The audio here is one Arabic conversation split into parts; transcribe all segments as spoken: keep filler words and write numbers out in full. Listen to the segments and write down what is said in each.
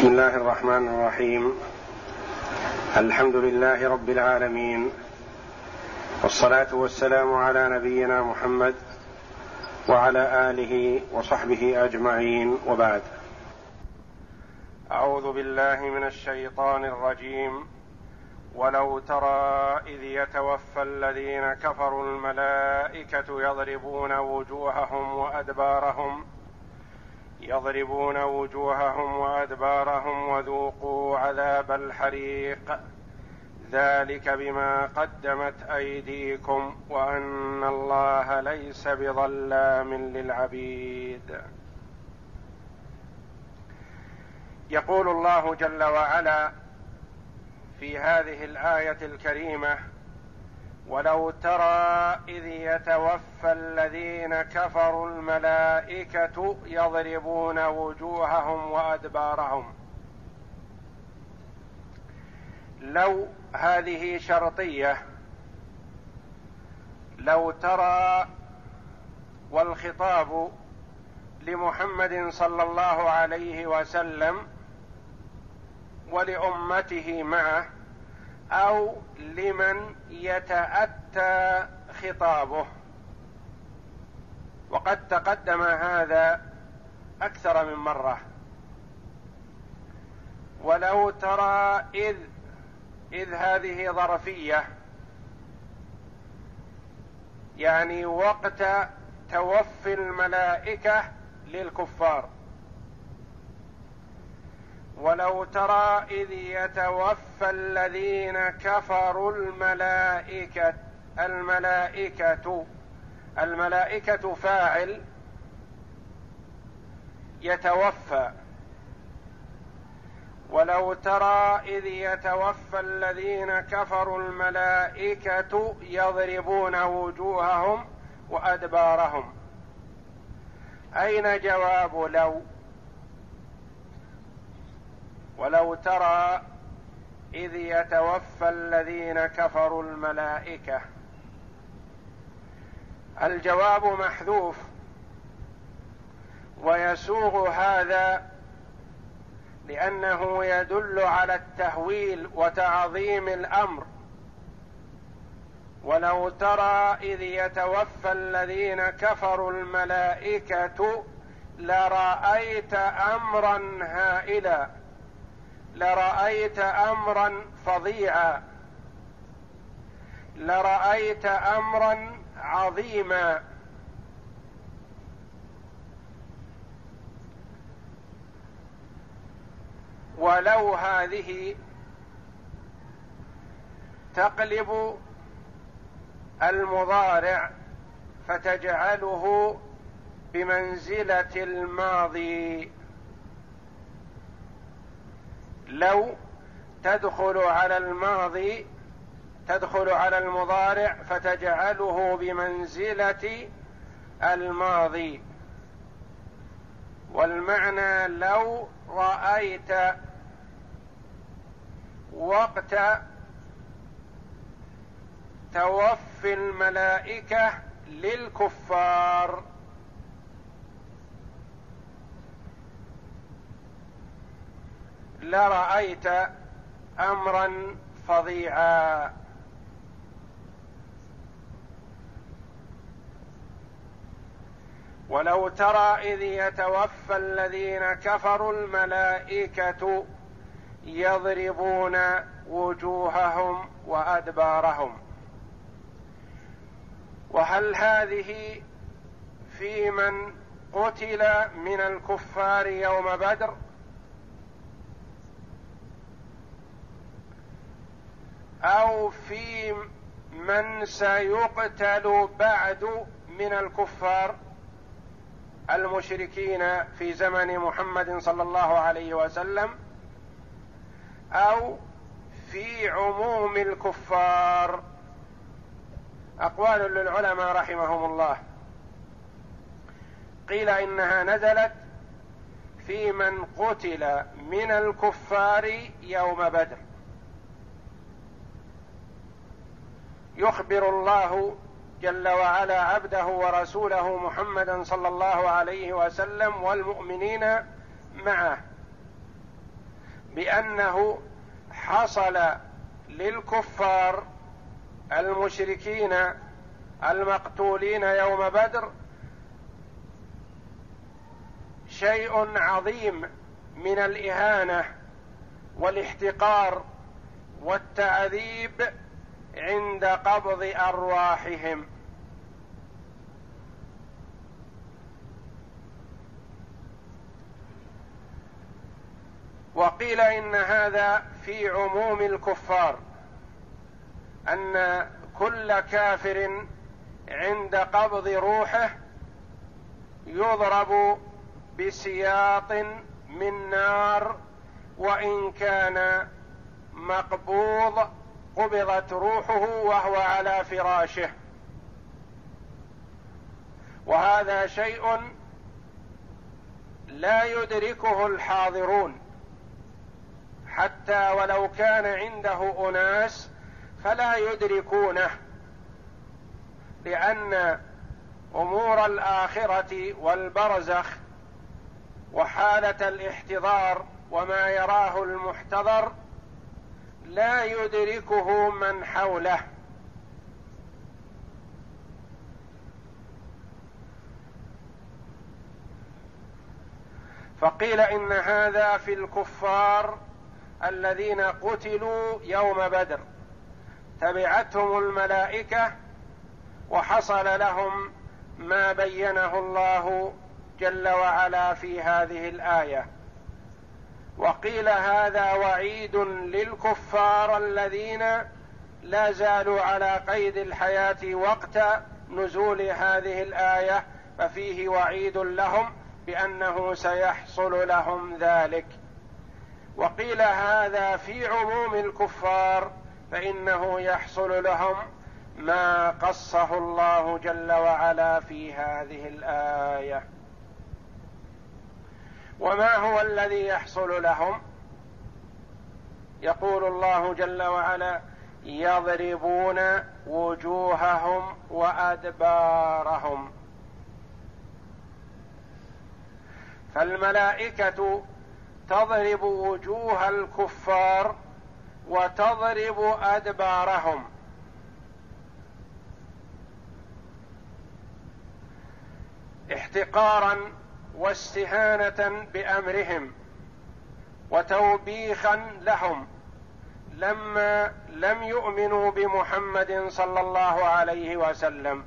بسم الله الرحمن الرحيم. الحمد لله رب العالمين، والصلاة والسلام على نبينا محمد وعلى آله وصحبه أجمعين، وبعد. أعوذ بالله من الشيطان الرجيم. ولو ترى إذ يتوفى الذين كفروا الملائكة يضربون وجوههم وأدبارهم يضربون وجوههم وأدبارهم وذوقوا عذاب الحريق ذلك بما قدمت أيديكم وأن الله ليس بظلام للعبيد. يقول الله جل وعلا في هذه الآية الكريمة: ولو ترى إذ يتوفى الذين كفروا الملائكة يضربون وجوههم وأدبارهم. لو هذه شرطية، لو ترى، والخطاب لمحمد صلى الله عليه وسلم ولأمته معه، أو لمن يتأتى خطابه، وقد تقدم هذا أكثر من مرة. ولو ترى إذ إذ هذه ظرفية، يعني وقت توفي الملائكة للكفار. ولو ترى إذ يتوفى الذين كفروا الملائكة الملائكة الملائكة فاعل، يتوفى. ولو ترى إذ يتوفى الذين كفروا الملائكة يضربون وجوههم وأدبارهم. أين جواب لو؟ ولو ترى إذ يتوفى الذين كفروا الملائكة، الجواب محذوف، ويسوغ هذا لأنه يدل على التهويل وتعظيم الأمر. ولو ترى إذ يتوفى الذين كفروا الملائكة لرأيت أمرا هائلا، لرأيت أمرا فظيعا، لرأيت أمرا عظيما. ولو هذه تقلب المضارع فتجعله بمنزلة الماضي. لو تدخل على الماضي، تدخل على المضارع فتجعله بمنزلة الماضي. والمعنى لو رأيت وقت توفي الملائكة للكفار، لرأيت أمرا فظيعا. ولو ترى إذ يتوفى الذين كفروا الملائكة يضربون وجوههم وأدبارهم. وهل هذه في من قتل من الكفار يوم بدر، أو في من سيقتل بعد من الكفار المشركين في زمن محمد صلى الله عليه وسلم، أو في عموم الكفار؟ أقوال للعلماء رحمهم الله. قيل إنها نزلت في من قتل من الكفار يوم بدر. يخبر الله جل وعلا عبده ورسوله محمدا صلى الله عليه وسلم والمؤمنين معه بأنه حصل للكفار المشركين المقتولين يوم بدر شيء عظيم من الإهانة والاحتقار والتعذيب عند قبض أرواحهم. وقيل إن هذا في عموم الكفار، أن كل كافر عند قبض روحه يضرب بسياط من نار، وإن كان مقبوض قبضت روحه وهو على فراشه. وهذا شيء لا يدركه الحاضرون، حتى ولو كان عنده أناس فلا يدركونه، لأن أمور الآخرة والبرزخ وحالة الاحتضار وما يراه المحتضر لا يدركه من حوله. فقيل إن هذا في الكفار الذين قتلوا يوم بدر، تبعتهم الملائكة وحصل لهم ما بينه الله جل وعلا في هذه الآية. وقيل هذا وعيد للكفار الذين لا زالوا على قيد الحياة وقت نزول هذه الآية، ففيه وعيد لهم بأنه سيحصل لهم ذلك. وقيل هذا في عموم الكفار، فإنه يحصل لهم ما قصه الله جل وعلا في هذه الآية. وما هو الذي يحصل لهم؟ يقول الله جل وعلا: يضربون وجوههم وأدبارهم. فالملائكة تضرب وجوه الكفار وتضرب أدبارهم، احتقارا واستهانة بأمرهم وتوبيخا لهم لما لم يؤمنوا بمحمد صلى الله عليه وسلم.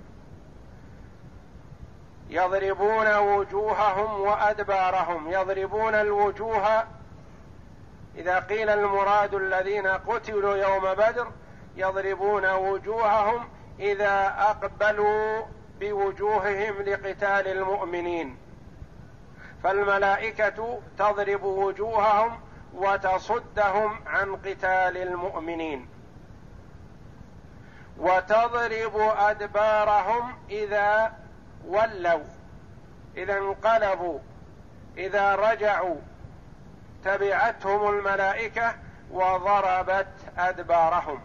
يضربون وجوههم وأدبارهم. يضربون الوجوه إذا قيل المراد الذين قتلوا يوم بدر، يضربون وجوههم إذا أقبلوا بوجوههم لقتال المؤمنين، فالملائكة تضرب وجوههم وتصدهم عن قتال المؤمنين. وتضرب أدبارهم إذا ولوا، إذا انقلبوا، إذا رجعوا، تبعتهم الملائكة وضربت أدبارهم.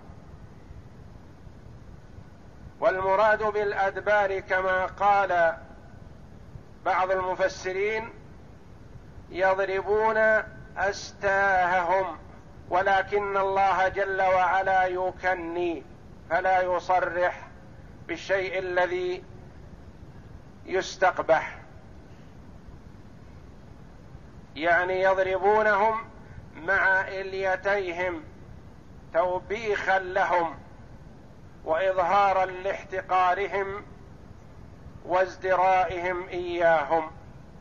والمراد بالأدبار كما قال بعض المفسرين يضربون أستاههم، ولكن الله جل وعلا يكني فلا يصرح بالشيء الذي يستقبح، يعني يضربونهم مع إليتيهم توبيخا لهم وإظهارا لاحتقارهم وازدرائهم إياهم.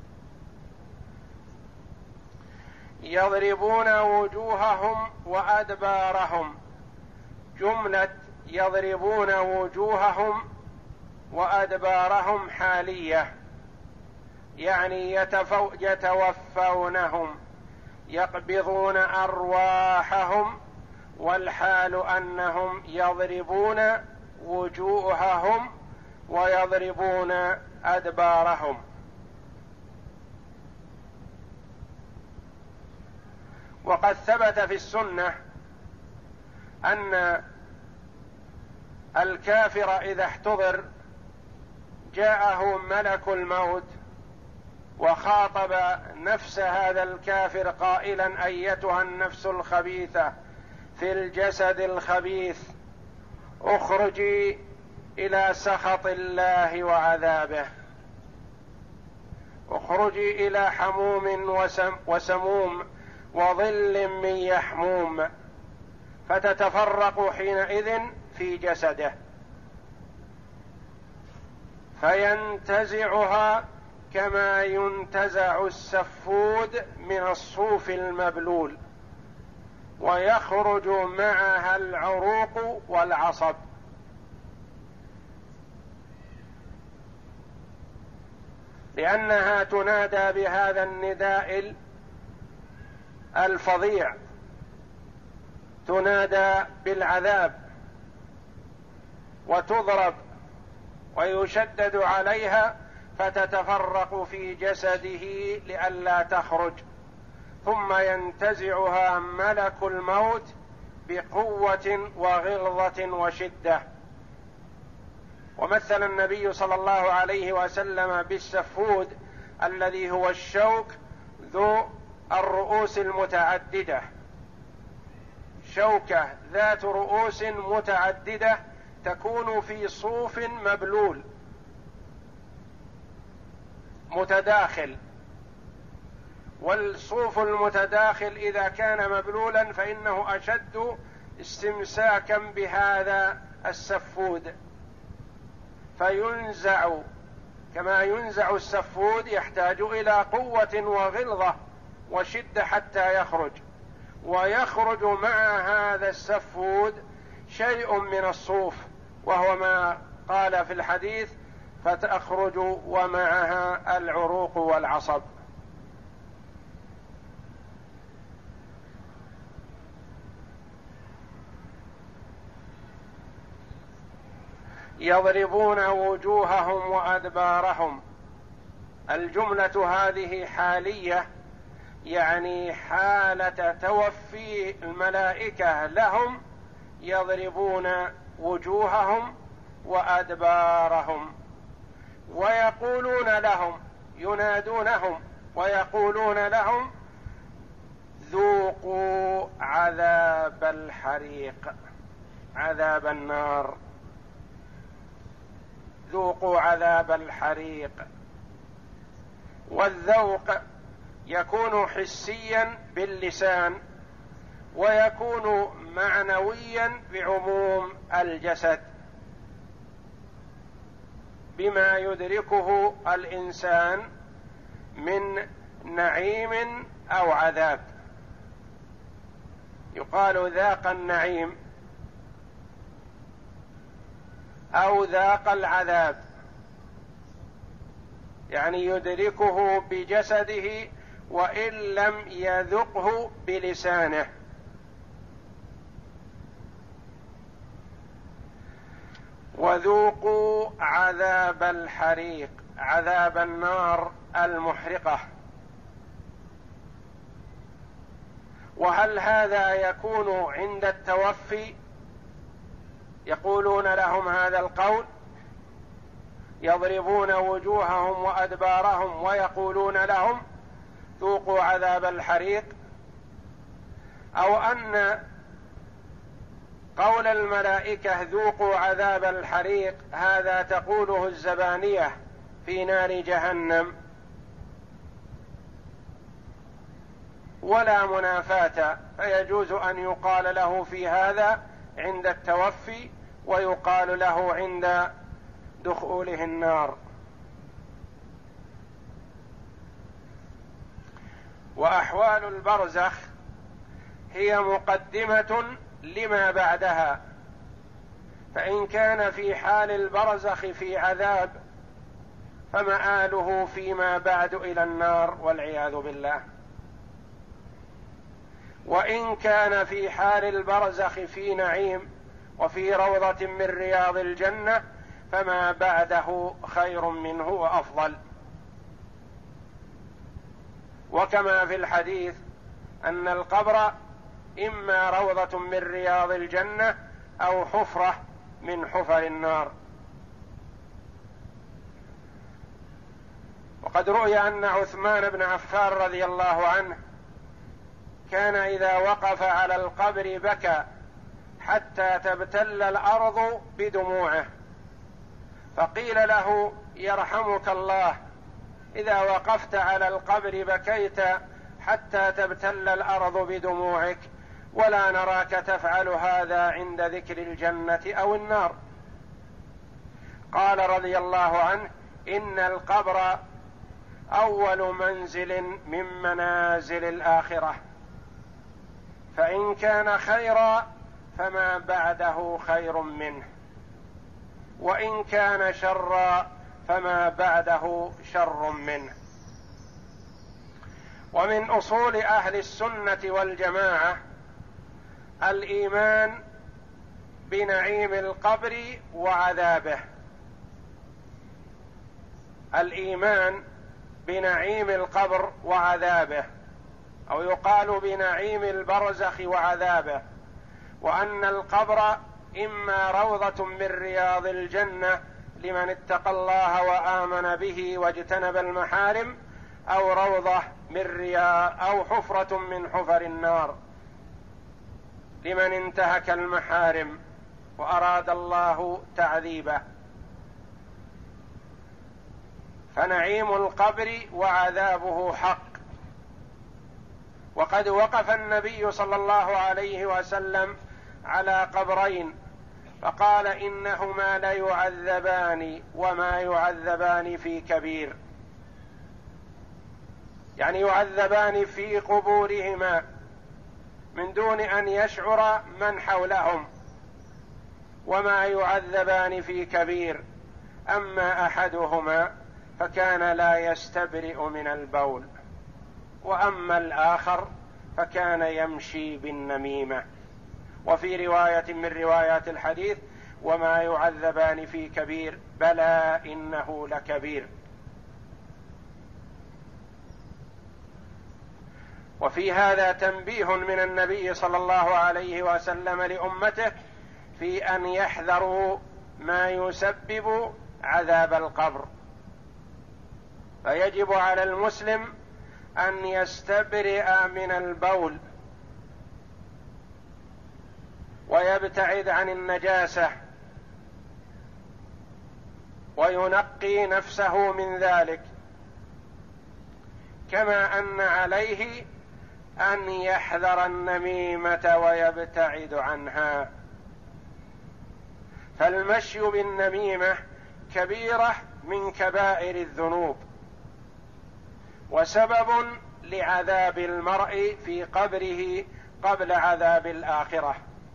يضربون وجوههم وأدبارهم، جملة يضربون وجوههم وأدبارهم حالية، يعني يتفو يتوفونهم، يقبضون أرواحهم، والحال أنهم يضربون وجوههم ويضربون أدبارهم. وقد ثبت في السنة أن الكافر إذا احتضر جاءه ملك الموت وخاطب نفس هذا الكافر قائلا: ايتها النفس الخبيثة في الجسد الخبيث، اخرجي الى سخط الله وعذابه، اخرجي الى حموم وسموم وظل من يحموم، فتتفرق حينئذ في جسده، فينتزعها كما ينتزع السفود من الصوف المبلول، ويخرج معها العروق والعصب. لأنها تنادى بهذا النداء الفظيع، تنادى بالعذاب وتضرب ويشدد عليها، فتتفرق في جسده لئلا تخرج، ثم ينتزعها ملك الموت بقوة وغلظة وشدة. ومثل النبي صلى الله عليه وسلم بالسفود الذي هو الشوك ذو الرؤوس المتعددة، شوكة ذات رؤوس متعددة تكون في صوف مبلول متداخل، والصوف المتداخل إذا كان مبلولا فإنه أشد استمساكا بهذا السفود، فينزع كما ينزع السفود، يحتاج إلى قوة وغلظة وشدة حتى يخرج، ويخرج مع هذا السفود شيء من الصوف، وهو ما قال في الحديث: فتخرج ومعها العروق والعصب. يضربون وجوههم وأدبارهم. الجملة هذه حالية، يعني حالة توفي الملائكة لهم، يضربون وجوههم وأدبارهم، ويقولون لهم، ينادونهم ويقولون لهم: ذوقوا عذاب الحريق، عذاب النار، ذوقوا عذاب الحريق. والذوق يكون حسيا باللسان، ويكون معنويا بعموم الجسد، بما يدركه الإنسان من نعيم أو عذاب. يقال ذاق النعيم أو ذاق العذاب، يعني يدركه بجسده وإن لم يذقه بلسانه. وذوقوا عذاب الحريق، عذاب النار المحرقة. وهل هذا يكون عند التوفي؟ يقولون لهم هذا القول، يضربون وجوههم وأدبارهم ويقولون لهم: ذوقوا عذاب الحريق، أو أن قول الملائكة ذوقوا عذاب الحريق هذا تقوله الزبانية في نار جهنم، ولا منافاة، فيجوز أن يقال له في هذا عند التوفي، ويقال له عند دخوله النار. وأحوال البرزخ هي مقدمة لما بعدها، فإن كان في حال البرزخ في عذاب فمآله فيما بعد إلى النار والعياذ بالله، وإن كان في حال البرزخ في نعيم وفي روضة من رياض الجنة فما بعده خير منه وأفضل. وكما في الحديث أن القبر إما روضة من رياض الجنة أو حفرة من حفر النار. وقد روي أن عثمان بن عفان رضي الله عنه كان إذا وقف على القبر بكى حتى تبتل الأرض بدموعه، فقيل له: يرحمك الله، إذا وقفت على القبر بكيت حتى تبتل الأرض بدموعك، ولا نراك تفعل هذا عند ذكر الجنة أو النار. قال رضي الله عنه: إن القبر أول منزل من منازل الآخرة، فإن كان خيرا فما بعده خير منه، وإن كان شرا فما بعده شر منه. ومن أصول أهل السنة والجماعة الإيمان بنعيم القبر وعذابه، الإيمان بنعيم القبر وعذابه، أو يقال بنعيم البرزخ وعذابه، وأن القبر إما روضة من رياض الجنة لمن اتقى الله وآمن به واجتنب المحارم، أو روضة من رياض أو حفرة من حفر النار لمن انتهك المحارم وأراد الله تعذيبه. فنعيم القبر وعذابه حق. وقد وقف النبي صلى الله عليه وسلم على قبرين فقال: إنهما ليعذبان وما يعذبان في كبير، يعني يعذبان في قبورهما من دون أن يشعر من حولهم، وما يعذبان في كبير. أما أحدهما فكان لا يستبرئ من البول، وأما الآخر فكان يمشي بالنميمة. وفي رواية من روايات الحديث: وما يعذبان في كبير بلى إنه لكبير. وفي هذا تنبيه من النبي صلى الله عليه وسلم لأمته في أن يحذروا ما يسبب عذاب القبر، فيجب على المسلم أن يستبرئ من البول ويبتعد عن النجاسة وينقي نفسه من ذلك، كما أن عليه أن يحذر النميمة ويبتعد عنها. فالمشي بالنميمة كبيرة من كبائر الذنوب، وسبب لعذاب المرء في قبره قبل عذاب الآخرة.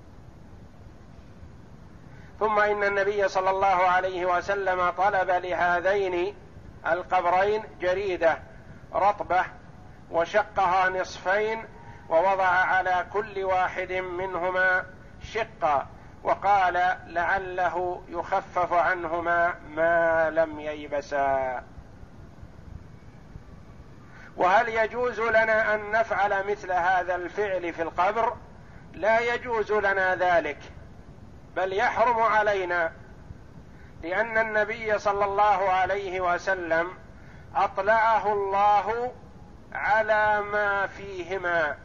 ثم إن النبي صلى الله عليه وسلم طلب لهذين القبرين جريدة رطبة وشقها نصفين ووضع على كل واحد منهما شقا، وقال لعله يخفف عنهما ما لم ييبسا. وهل يجوز لنا أن نفعل مثل هذا الفعل في القبر؟ لا يجوز لنا ذلك، بل يحرم علينا، لأن النبي صلى الله عليه وسلم أطلعه الله على ما فيهما،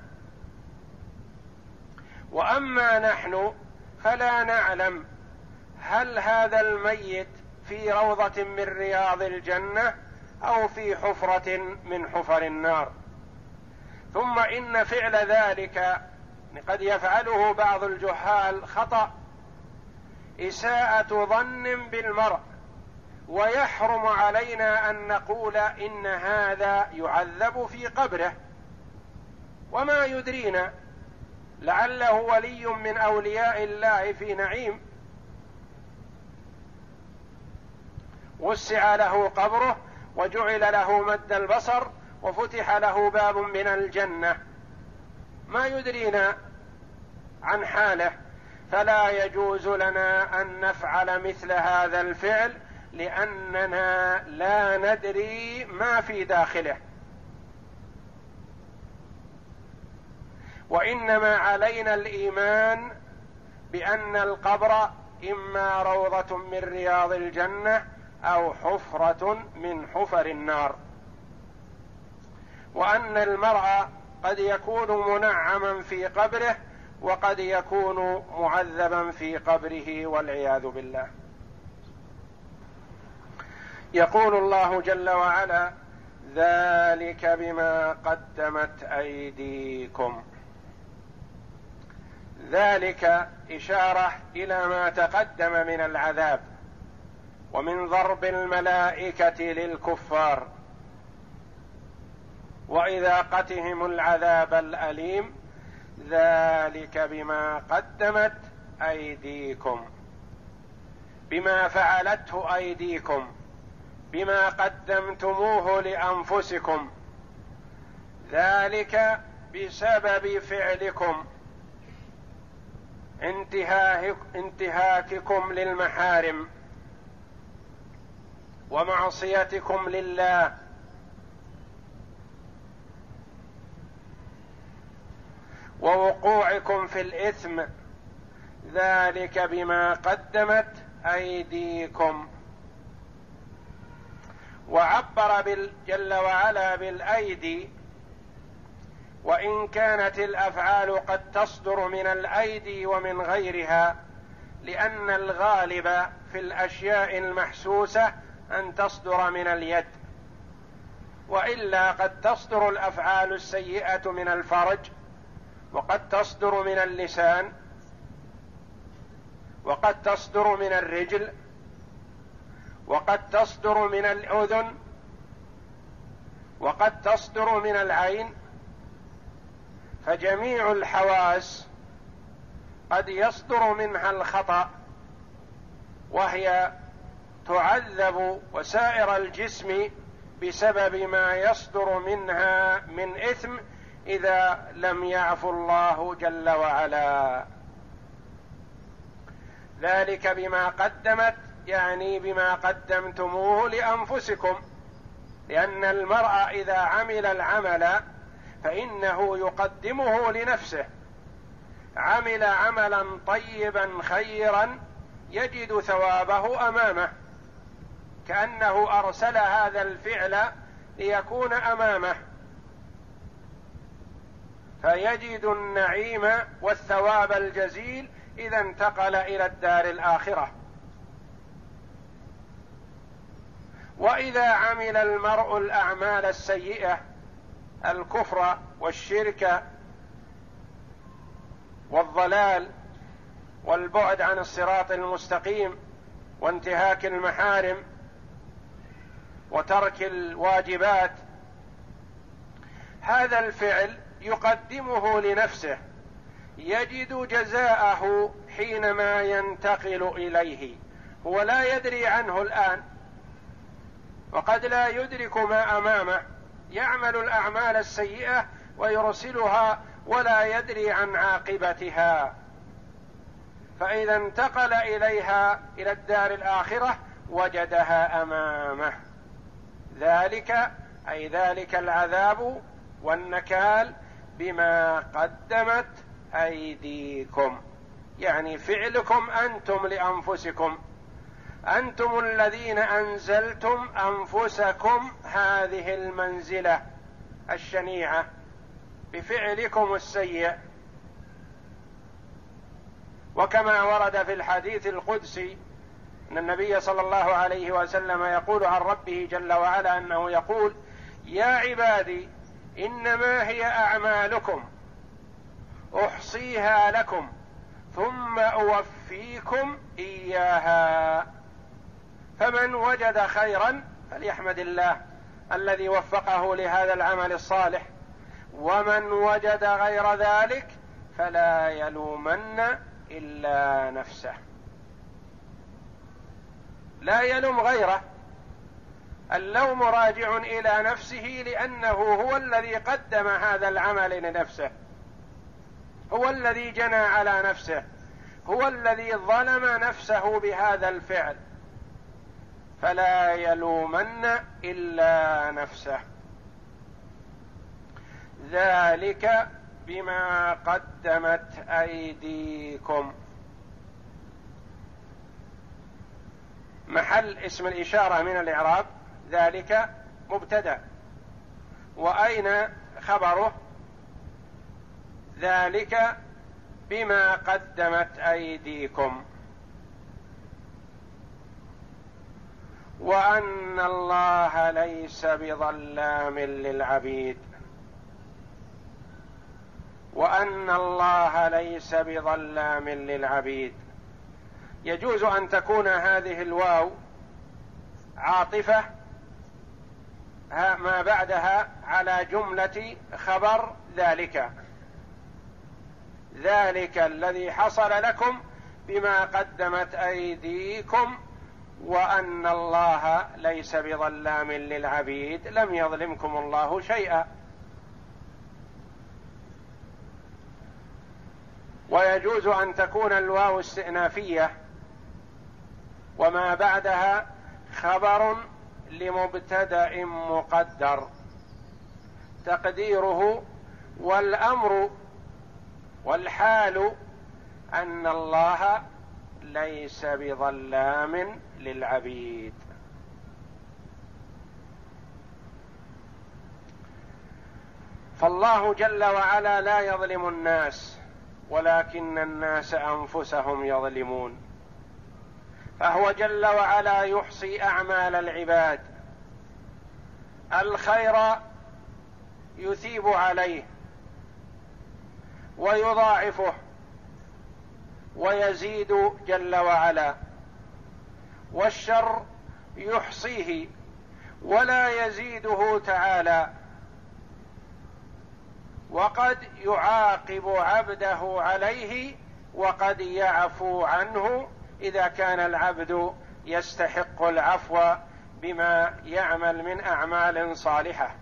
وأما نحن فلا نعلم هل هذا الميت في روضة من رياض الجنة أو في حفرة من حفر النار. ثم إن فعل ذلك قد يفعله بعض الجهال خطأ، إساءة ظن بالمرء، ويحرم علينا أن نقول إن هذا يعذب في قبره، وما يدرينا لعله ولي من أولياء الله في نعيم وسع له قبره وجعل له مد البصر وفتح له باب من الجنة، ما يدرينا عن حاله. فلا يجوز لنا أن نفعل مثل هذا الفعل، لأننا لا ندري ما في داخله. وإنما علينا الإيمان بأن القبر إما روضة من رياض الجنة أو حفرة من حفر النار. وأن المرء قد يكون منعما في قبره وقد يكون معذبا في قبره والعياذ بالله. يقول الله جل وعلا: ذلك بما قدمت أيديكم. ذلك إشارة إلى ما تقدم من العذاب ومن ضرب الملائكة للكفار وإذاقتهم العذاب الأليم. ذلك بما قدمت أيديكم، بما فعلته أيديكم، بما قدمتموه لأنفسكم، ذلك بسبب فعلكم، انتهاك انتهاككم للمحارم ومعصيتكم لله ووقوعكم في الإثم. ذلك بما قدمت أيديكم. وعبر جل وعلا بالأيدي، وإن كانت الأفعال قد تصدر من الأيدي ومن غيرها، لأن الغالب في الأشياء المحسوسة أن تصدر من اليد، وإلا قد تصدر الأفعال السيئة من الفرج، وقد تصدر من اللسان، وقد تصدر من الرجل، وقد تصدر من الأذن، وقد تصدر من العين. فجميع الحواس قد يصدر منها الخطأ، وهي تعذب وسائر الجسم بسبب ما يصدر منها من إثم إذا لم يعفو الله جل وعلا. ذلك بما قدمت، يعني بما قدمتموه لأنفسكم، لأن المرء إذا عمل العمل فإنه يقدمه لنفسه. عمل عملا طيبا خيرا يجد ثوابه أمامه، كأنه أرسل هذا الفعل ليكون أمامه، فيجد النعيم والثواب الجزيل إذا انتقل إلى الدار الآخرة. وإذا عمل المرء الأعمال السيئة، الكفر والشرك والضلال والبعد عن الصراط المستقيم وانتهاك المحارم وترك الواجبات، هذا الفعل يقدمه لنفسه، يجد جزاءه حينما ينتقل إليه. هو لا يدري عنه الآن، وقد لا يدرك ما أمامه، يعمل الأعمال السيئة ويرسلها ولا يدري عن عاقبتها، فإذا انتقل إليها إلى الدار الآخرة وجدها أمامه. ذلك أي ذلك العذاب والنكال بما قدمت أيديكم، يعني فعلكم أنتم لأنفسكم، أنتم الذين أنزلتم أنفسكم هذه المنزلة الشنيعة بفعلكم السيء. وكما ورد في الحديث القدسي أن النبي صلى الله عليه وسلم يقول عن ربه جل وعلا أنه يقول: يا عبادي إنما هي أعمالكم أحصيها لكم ثم أوفيكم إياها، فمن وجد خيرا فليحمد الله الذي وفقه لهذا العمل الصالح، ومن وجد غير ذلك فلا يلومن إلا نفسه. لا يلوم غيره، اللوم راجع إلى نفسه، لأنه هو الذي قدم هذا العمل لنفسه، هو الذي جنى على نفسه، هو الذي ظلم نفسه بهذا الفعل، فلا يلومن إلا نفسه. ذلك بما قدمت أيديكم. محل اسم الإشارة من الإعراب ذلك مبتدأ، وأين خبره؟ ذلك بما قدمت أيديكم وأن الله ليس بظلام للعبيد وأن الله ليس بظلام للعبيد. يجوز أن تكون هذه الواو عاطفة ما بعدها على جملة خبر ذلك، ذلك الذي حصل لكم بما قدمت أيديكم وأن الله ليس بظلام للعبيد، لم يظلمكم الله شيئا. ويجوز أن تكون الواو استئنافية وما بعدها خبر لمبتدأ مقدر تقديره والأمر والحال أن الله ليس بظلام للعبيد. فالله جل وعلا لا يظلم الناس ولكن الناس أنفسهم يظلمون، فهو جل وعلا يحصي أعمال العباد، الخير يثيب عليه ويضاعفه ويزيد جل وعلا، والشر يحصيه ولا يزيده تعالى، وقد يعاقب عبده عليه وقد يعفو عنه إذا كان العبد يستحق العفو بما يعمل من أعمال صالحة،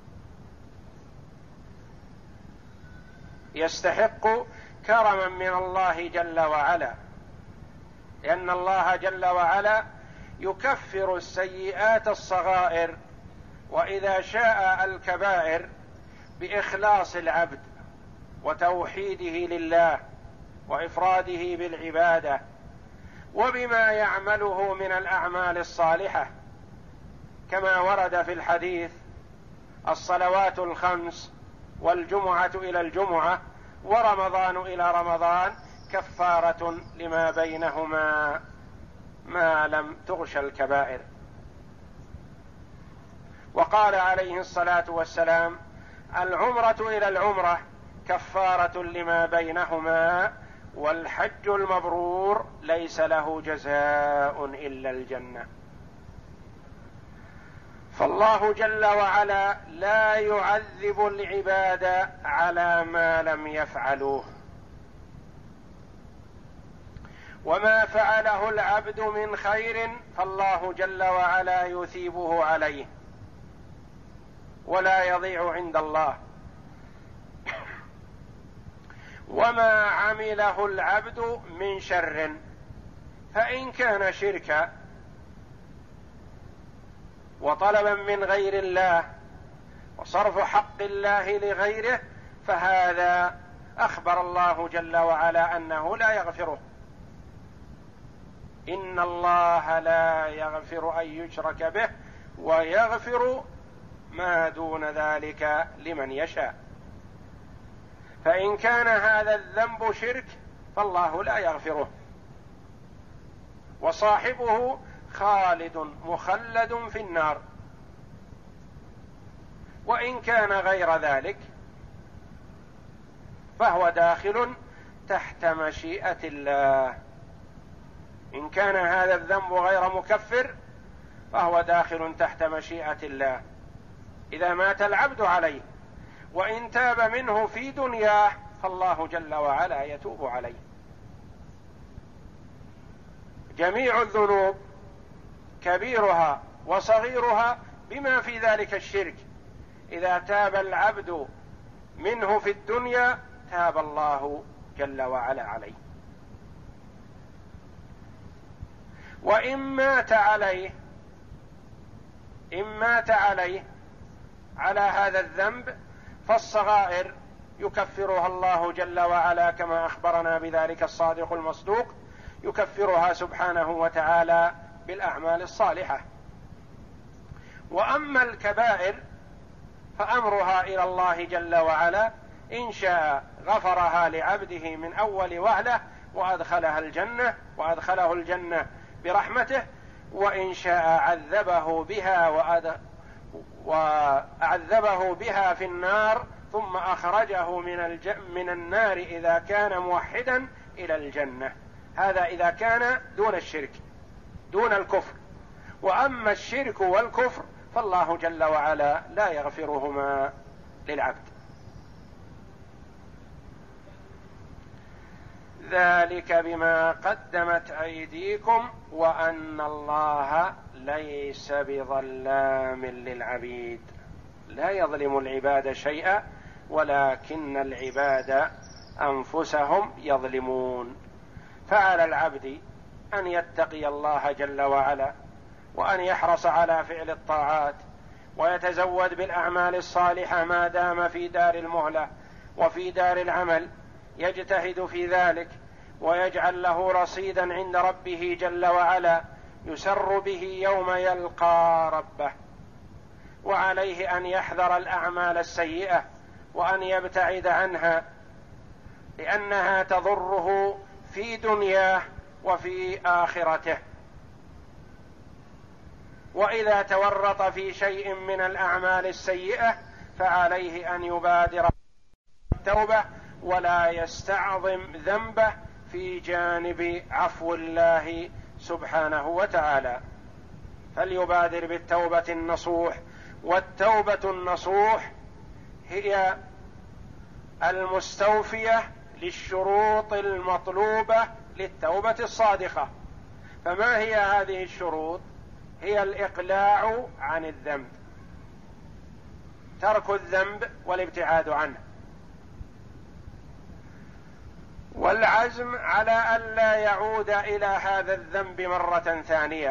يستحق كرما من الله جل وعلا، لأن الله جل وعلا يكفر السيئات الصغائر وإذا شاء الكبائر بإخلاص العبد وتوحيده لله وإفراده بالعبادة وبما يعمله من الأعمال الصالحة، كما ورد في الحديث: الصلوات الخمس والجمعة إلى الجمعة ورمضان إلى رمضان كفارة لما بينهما ما لم تغش الكبائر. وقال عليه الصلاة والسلام: العمرة إلى العمرة كفارة لما بينهما والحج المبرور ليس له جزاء إلا الجنة. فالله جل وعلا لا يعذب العباد على ما لم يفعلوه، وما فعله العبد من خير فالله جل وعلا يثيبه عليه ولا يضيع عند الله، وما عمله العبد من شر فإن كان شركا وطلبا من غير الله وصرف حق الله لغيره فهذا أخبر الله جل وعلا أنه لا يغفره. إن الله لا يغفر أن يشرك به ويغفر ما دون ذلك لمن يشاء. فإن كان هذا الذنب شرك فالله لا يغفره وصاحبه خالد مخلد في النار. وإن كان غير ذلك فهو داخل تحت مشيئة الله. إن كان هذا الذنب غير مكفر فهو داخل تحت مشيئة الله إذا مات العبد عليه، وإن تاب منه في دنياه فالله جل وعلا يتوب عليه. جميع الذنوب كبيرها وصغيرها بما في ذلك الشرك إذا تاب العبد منه في الدنيا تاب الله جل وعلا عليه. وإن مات عليه إن مات عليه على هذا الذنب فالصغائر يكفرها الله جل وعلا كما أخبرنا بذلك الصادق المصدوق، يكفرها سبحانه وتعالى بالأعمال الصالحة. وأما الكبائر فأمرها إلى الله جل وعلا، إن شاء غفرها لعبده من أول وهلة وأدخلها الجنة وأدخله الجنة برحمته، وإن شاء عذبه بها وأد... وعذبه بها في النار ثم أخرجه من, الج... من النار إذا كان موحدا إلى الجنة. هذا إذا كان دون الشرك دون الكفر. وأما الشرك والكفر فالله جل وعلا لا يغفرهما للعبد. ذلك بما قدمت أيديكم وأن الله ليس بظلام للعبيد. لا يظلم العباد شيئا ولكن العباد أنفسهم يظلمون. فعلى العبد أن يتقي الله جل وعلا، وأن يحرص على فعل الطاعات، ويتزود بالأعمال الصالحة ما دام في دار المهلة وفي دار العمل، يجتهد في ذلك ويجعل له رصيدا عند ربه جل وعلا يسر به يوم يلقى ربه. وعليه أن يحذر الأعمال السيئة وأن يبتعد عنها، لأنها تضره في دنياه وفي آخرته. وإذا تورط في شيء من الأعمال السيئة فعليه أن يبادر بالتوبة ولا يستعظم ذنبه في جانب عفو الله سبحانه وتعالى، فليبادر بالتوبة النصوح. والتوبة النصوح هي المستوفية للشروط المطلوبة للتوبة الصادقة. فما هي هذه الشروط؟ هي الإقلاع عن الذنب، ترك الذنب والابتعاد عنه، والعزم على ألا يعود إلى هذا الذنب مرة ثانية،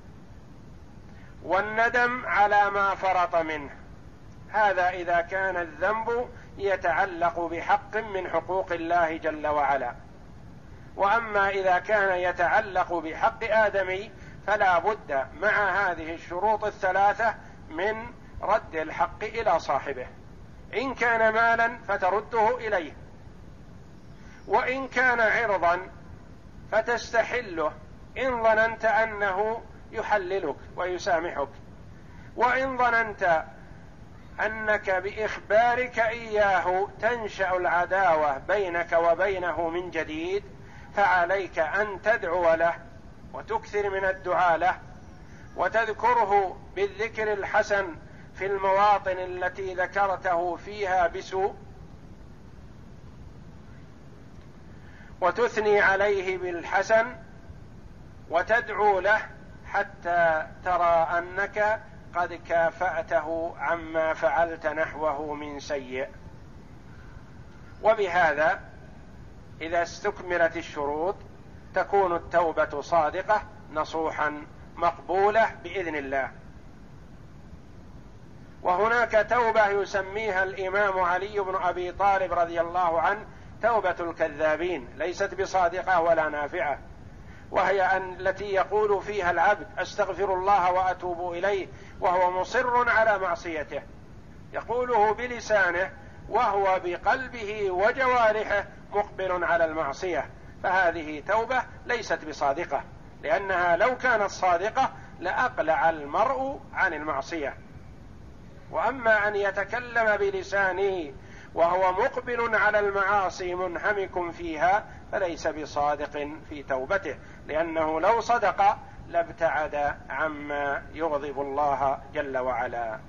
والندم على ما فرط منه. هذا إذا كان الذنب يتعلق بحق من حقوق الله جل وعلا. وأما إذا كان يتعلق بحق آدمي فلا بد مع هذه الشروط الثلاثة من رد الحق إلى صاحبه. إن كان مالا فترده إليه، وإن كان عرضا فتستحله إن ظننت أنه يحللك ويسامحك، وإن ظننت أنك بإخبارك إياه تنشأ العداوة بينك وبينه من جديد، فعليك أن تدعو له وتكثر من الدعاء له، وتذكره بالذكر الحسن في المواطن التي ذكرته فيها بسوء، وتثني عليه بالحسن وتدعو له حتى ترى أنك قد كافأته عما فعلت نحوه من سيء. وبهذا إذا استكملت الشروط تكون التوبة صادقة نصوحا مقبولة بإذن الله. وهناك توبة يسميها الإمام علي بن أبي طالب رضي الله عنه توبة الكذابين، ليست بصادقة ولا نافعة، وهي أن التي يقول فيها العبد أستغفر الله وأتوب إليه وهو مصر على معصيته، يقوله بلسانه وهو بقلبه وجوارحه مقبل على المعصية، فهذه توبة ليست بصادقة، لأنها لو كانت صادقة لأقلع المرء عن المعصية. وأما أن يتكلم بلسانه وهو مقبل على المعاصي منهمك فيها فليس بصادق في توبته، لأنه لو صدق لابتعد عما يغضب الله جل وعلا.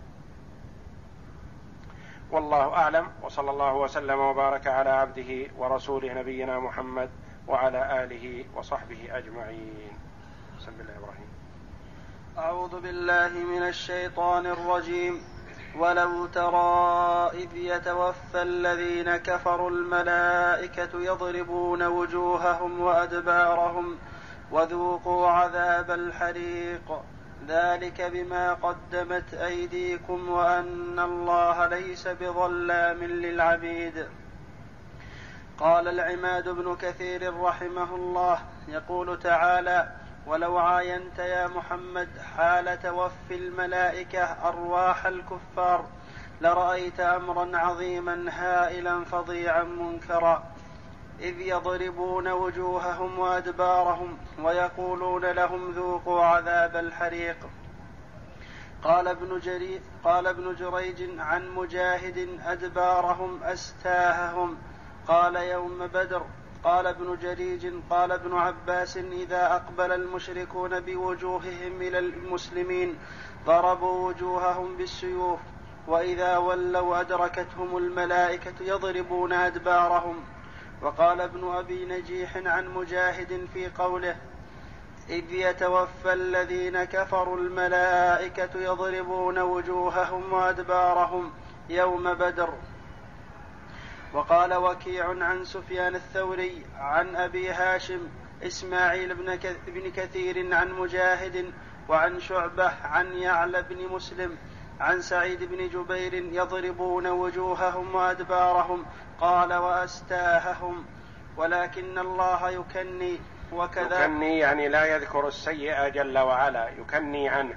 والله أعلم، وصلى الله وسلم وبارك على عبده ورسوله نبينا محمد وعلى آله وصحبه أجمعين. بسم الله إبراهيم. أعوذ بالله من الشيطان الرجيم. ولو ترى إذ يتوفى الذين كفروا الملائكة يضربون وجوههم وأدبارهم وذوقوا عذاب الحريق ذلك بما قدمت أيديكم وأن الله ليس بظلام للعبيد. قال العماد بن كثير رحمه الله يقول تعالى: ولو عاينت يا محمد حال توفي الملائكة أرواح الكفار لرأيت أمرا عظيما هائلا فظيعا منكرا، إذ يضربون وجوههم وأدبارهم ويقولون لهم ذوقوا عذاب الحريق. قال ابن, جري قال ابن جريج عن مجاهد أدبارهم أستاههم، قال يوم بدر. قال ابن جريج قال ابن عباس إذا أقبل المشركون بوجوههم إلى المسلمين ضربوا وجوههم بالسيوف، وإذا ولوا أدركتهم الملائكة يضربون أدبارهم. وقال ابن أبي نجيح عن مجاهد في قوله إذ يتوفى الذين كفروا الملائكة يضربون وجوههم وأدبارهم يوم بدر. وقال وكيع عن سفيان الثوري عن أبي هاشم إسماعيل بن كثير عن مجاهد وعن شعبة عن يعلى بن مسلم عن سعيد بن جبير يضربون وجوههم وأدبارهم، قال وأستاههم، ولكن الله يكني. وكذا يكني يعني لا يذكر السيئة جل وعلا، يكني عنه.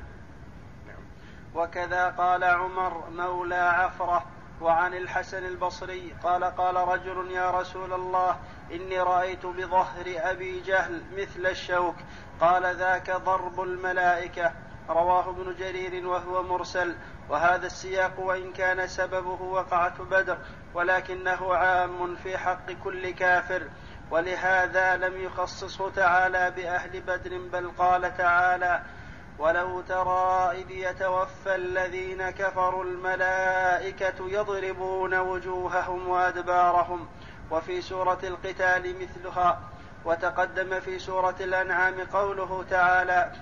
وكذا قال عمر مولى عفرة. وعن الحسن البصري قال قال رجل يا رسول الله إني رأيت بظهر أبي جهل مثل الشوك، قال ذاك ضرب الملائكة. رواه ابن جرير وهو مرسل. وهذا السياق وإن كان سببه وقعة بدر ولكنه عام في حق كل كافر، ولهذا لم يخصصه تعالى بأهل بدر، بل قال تعالى ولو ترى إذ يتوفى الذين كفروا الملائكة يضربون وجوههم وأدبارهم. وفي سورة القتال مثلها. وتقدم في سورة الأنعام قوله تعالى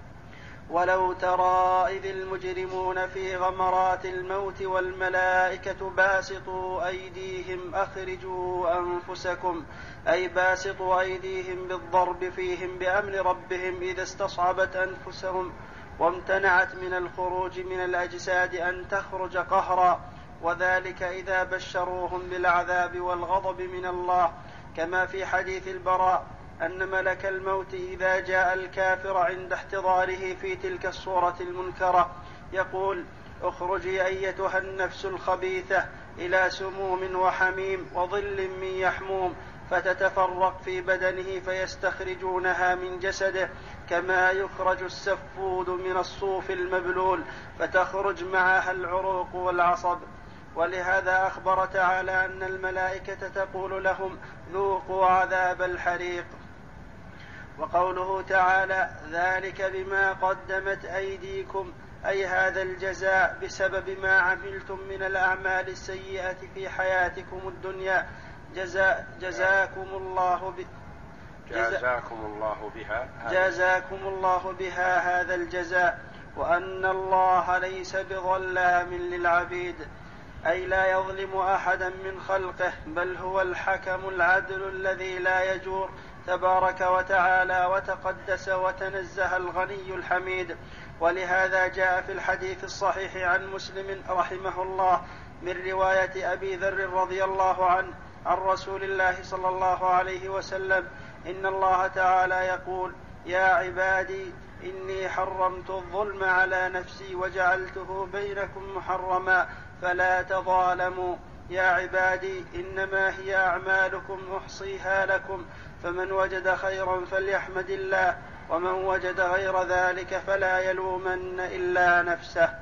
ولو ترى إذ المجرمون في غمرات الموت والملائكة باسطوا أيديهم أخرجوا أنفسكم، أي باسطوا أيديهم بالضرب فيهم بأمر ربهم إذا استصعبت أنفسهم وامتنعت من الخروج من الأجساد أن تخرج قهرا، وذلك إذا بشروهم بالعذاب والغضب من الله، كما في حديث البراء أن ملك الموت إذا جاء الكافر عند احتضاره في تلك الصورة المنكرة يقول اخرجي أيتها النفس الخبيثة إلى سموم وحميم وظل من يحموم، فتتفرق في بدنه فيستخرجونها من جسده كما يخرج السفود من الصوف المبلول، فتخرج معها العروق والعصب. ولهذا أخبر تعالى أن الملائكة تقول لهم ذوقوا عذاب الحريق. وقوله تعالى ذلك بما قدمت أيديكم، أي هذا الجزاء بسبب ما عملتم من الأعمال السيئة في حياتكم الدنيا، جزاء جزاكم الله ب... جزاكم الله بها جزاكم الله بها هذا الجزاء، وأن الله ليس بظلام للعبيد، أي لا يظلم أحدا من خلقه، بل هو الحكم العدل الذي لا يجور تبارك وتعالى وتقدس وتنزه الغني الحميد. ولهذا جاء في الحديث الصحيح عن مسلم رحمه الله من رواية أبي ذر رضي الله عنه عن رسول الله صلى الله عليه وسلم إن الله تعالى يقول يا عبادي إني حرمت الظلم على نفسي وجعلته بينكم محرما فلا تظالموا، يا عبادي إنما هي أعمالكم أحصيها لكم، فمن وجد خيرا فليحمد الله، ومن وجد غير ذلك فلا يلومن إلا نفسه.